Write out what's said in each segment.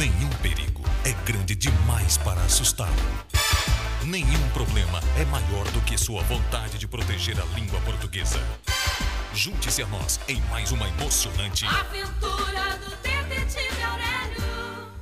Nenhum perigo é grande demais para assustá-lo. Nenhum problema é maior do que sua vontade de proteger a língua portuguesa. Junte-se a nós em mais uma emocionante Aventura do Detetive Aurélio.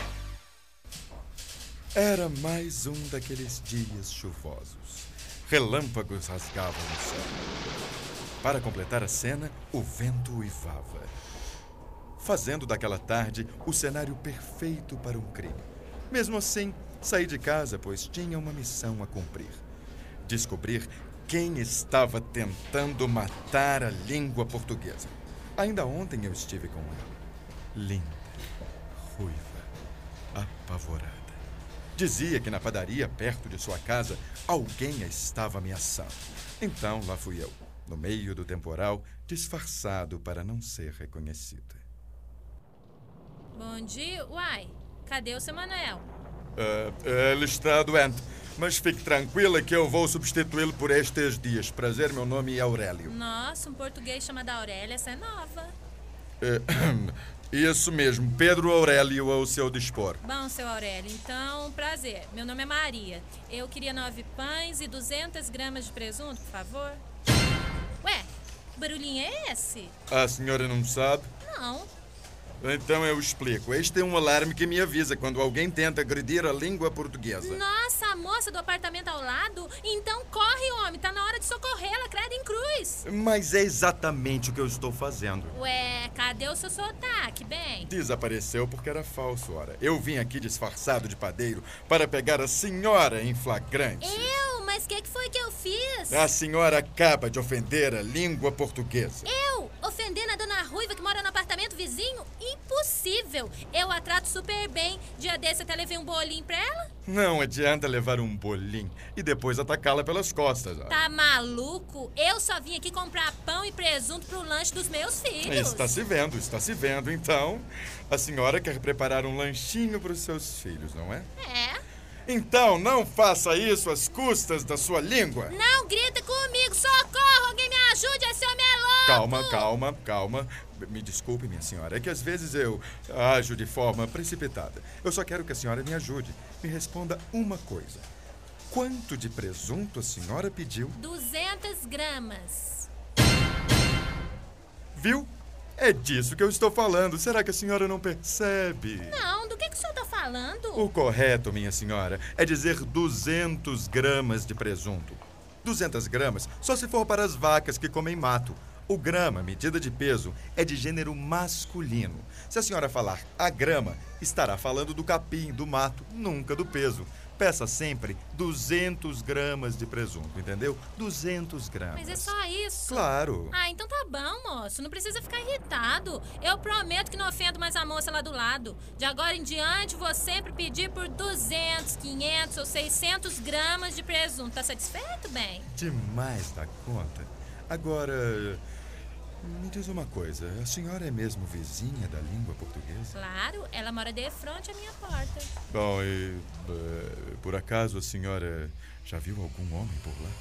Era mais um daqueles dias chuvosos. Relâmpagos rasgavam o céu. Para completar a cena, o vento uivava, fazendo daquela tarde o cenário perfeito para um crime. Mesmo assim, saí de casa, pois tinha uma missão a cumprir. Descobrir quem estava tentando matar a língua portuguesa. Ainda ontem eu estive com ela. Linda, ruiva, apavorada. Dizia que na padaria, perto de sua casa, alguém a estava ameaçando. Então lá fui eu, no meio do temporal, disfarçado para não ser reconhecida. Bom dia. Uai, cadê o seu Manuel? Ele está doente, mas fique tranquila que eu vou substituí-lo por estes dias. Prazer, meu nome é Aurélio. Nossa, um português chamado Aurélia, essa é nova. Isso mesmo, Pedro Aurélio ao seu dispor. Bom, seu Aurélio, então, prazer. Meu nome é Maria. Eu queria 9 pães e 200 gramas de presunto, por favor. Ué, que barulhinho é esse? A senhora não sabe? Não. Então eu explico. Este é um alarme que me avisa quando alguém tenta agredir a língua portuguesa. Nossa, a moça do apartamento ao lado? Então corre, homem, tá na hora de socorrê-la, credo em cruz. Mas é exatamente o que eu estou fazendo. Ué, cadê o seu sotaque, bem? Desapareceu porque era falso, ora. Eu vim aqui disfarçado de padeiro para pegar a senhora em flagrante. Mas o que foi que eu fiz? A senhora acaba de ofender a língua portuguesa. Eu? Ofendendo a dona Ruiva que mora no apartamento vizinho? Impossível! Eu a trato super bem. Dia desse até levei um bolinho pra ela. Não adianta levar um bolinho e depois atacá-la pelas costas. Tá maluco? Eu só vim aqui comprar pão e presunto pro lanche dos meus filhos. Está se vendo, está se vendo. Então, a senhora quer preparar um lanchinho para os seus filhos, não é? É. Então, não faça isso às custas da sua língua. Não grita comigo, socorro! Alguém me ajude, esse homem é louco! Calma. Me desculpe, minha senhora, é que às vezes eu ajo de forma precipitada. Eu só quero que a senhora me ajude. Me responda uma coisa. Quanto de presunto a senhora pediu? 200 gramas. Viu? É disso que eu estou falando. Será que a senhora não percebe? Não, do que o senhor tá falando? O correto, minha senhora, é dizer 200 gramas de presunto. 200 gramas só se for para as vacas que comem mato. O grama, medida de peso, é de gênero masculino. Se a senhora falar a grama, estará falando do capim, do mato, nunca do peso. Peça sempre 200 gramas de presunto, entendeu? 200 gramas. Mas é só isso? Claro. Ah, então tá bom, moço. Não precisa ficar irritado. Eu prometo que não ofendo mais a moça lá do lado. De agora em diante, vou sempre pedir por 200, 500 ou 600 gramas de presunto. Tá satisfeito, bem? Demais da conta. Agora, me diz uma coisa. A senhora é mesmo vizinha da língua portuguesa? Claro, ela mora de frente à minha porta. Bom, e por acaso a senhora já viu algum homem por lá?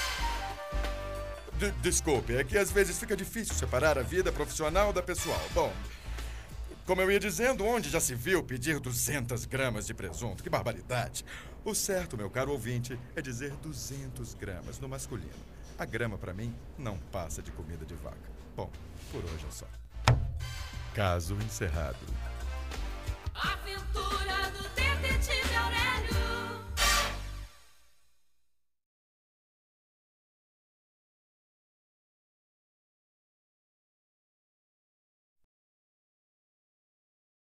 Desculpe, é que às vezes fica difícil separar a vida profissional da pessoal. Bom, como eu ia dizendo, onde já se viu pedir 200 gramas de presunto? Que barbaridade! O certo, meu caro ouvinte, é dizer 200 gramas no masculino. A grama, para mim, não passa de comida de vaca. Bom, por hoje é só. Caso encerrado.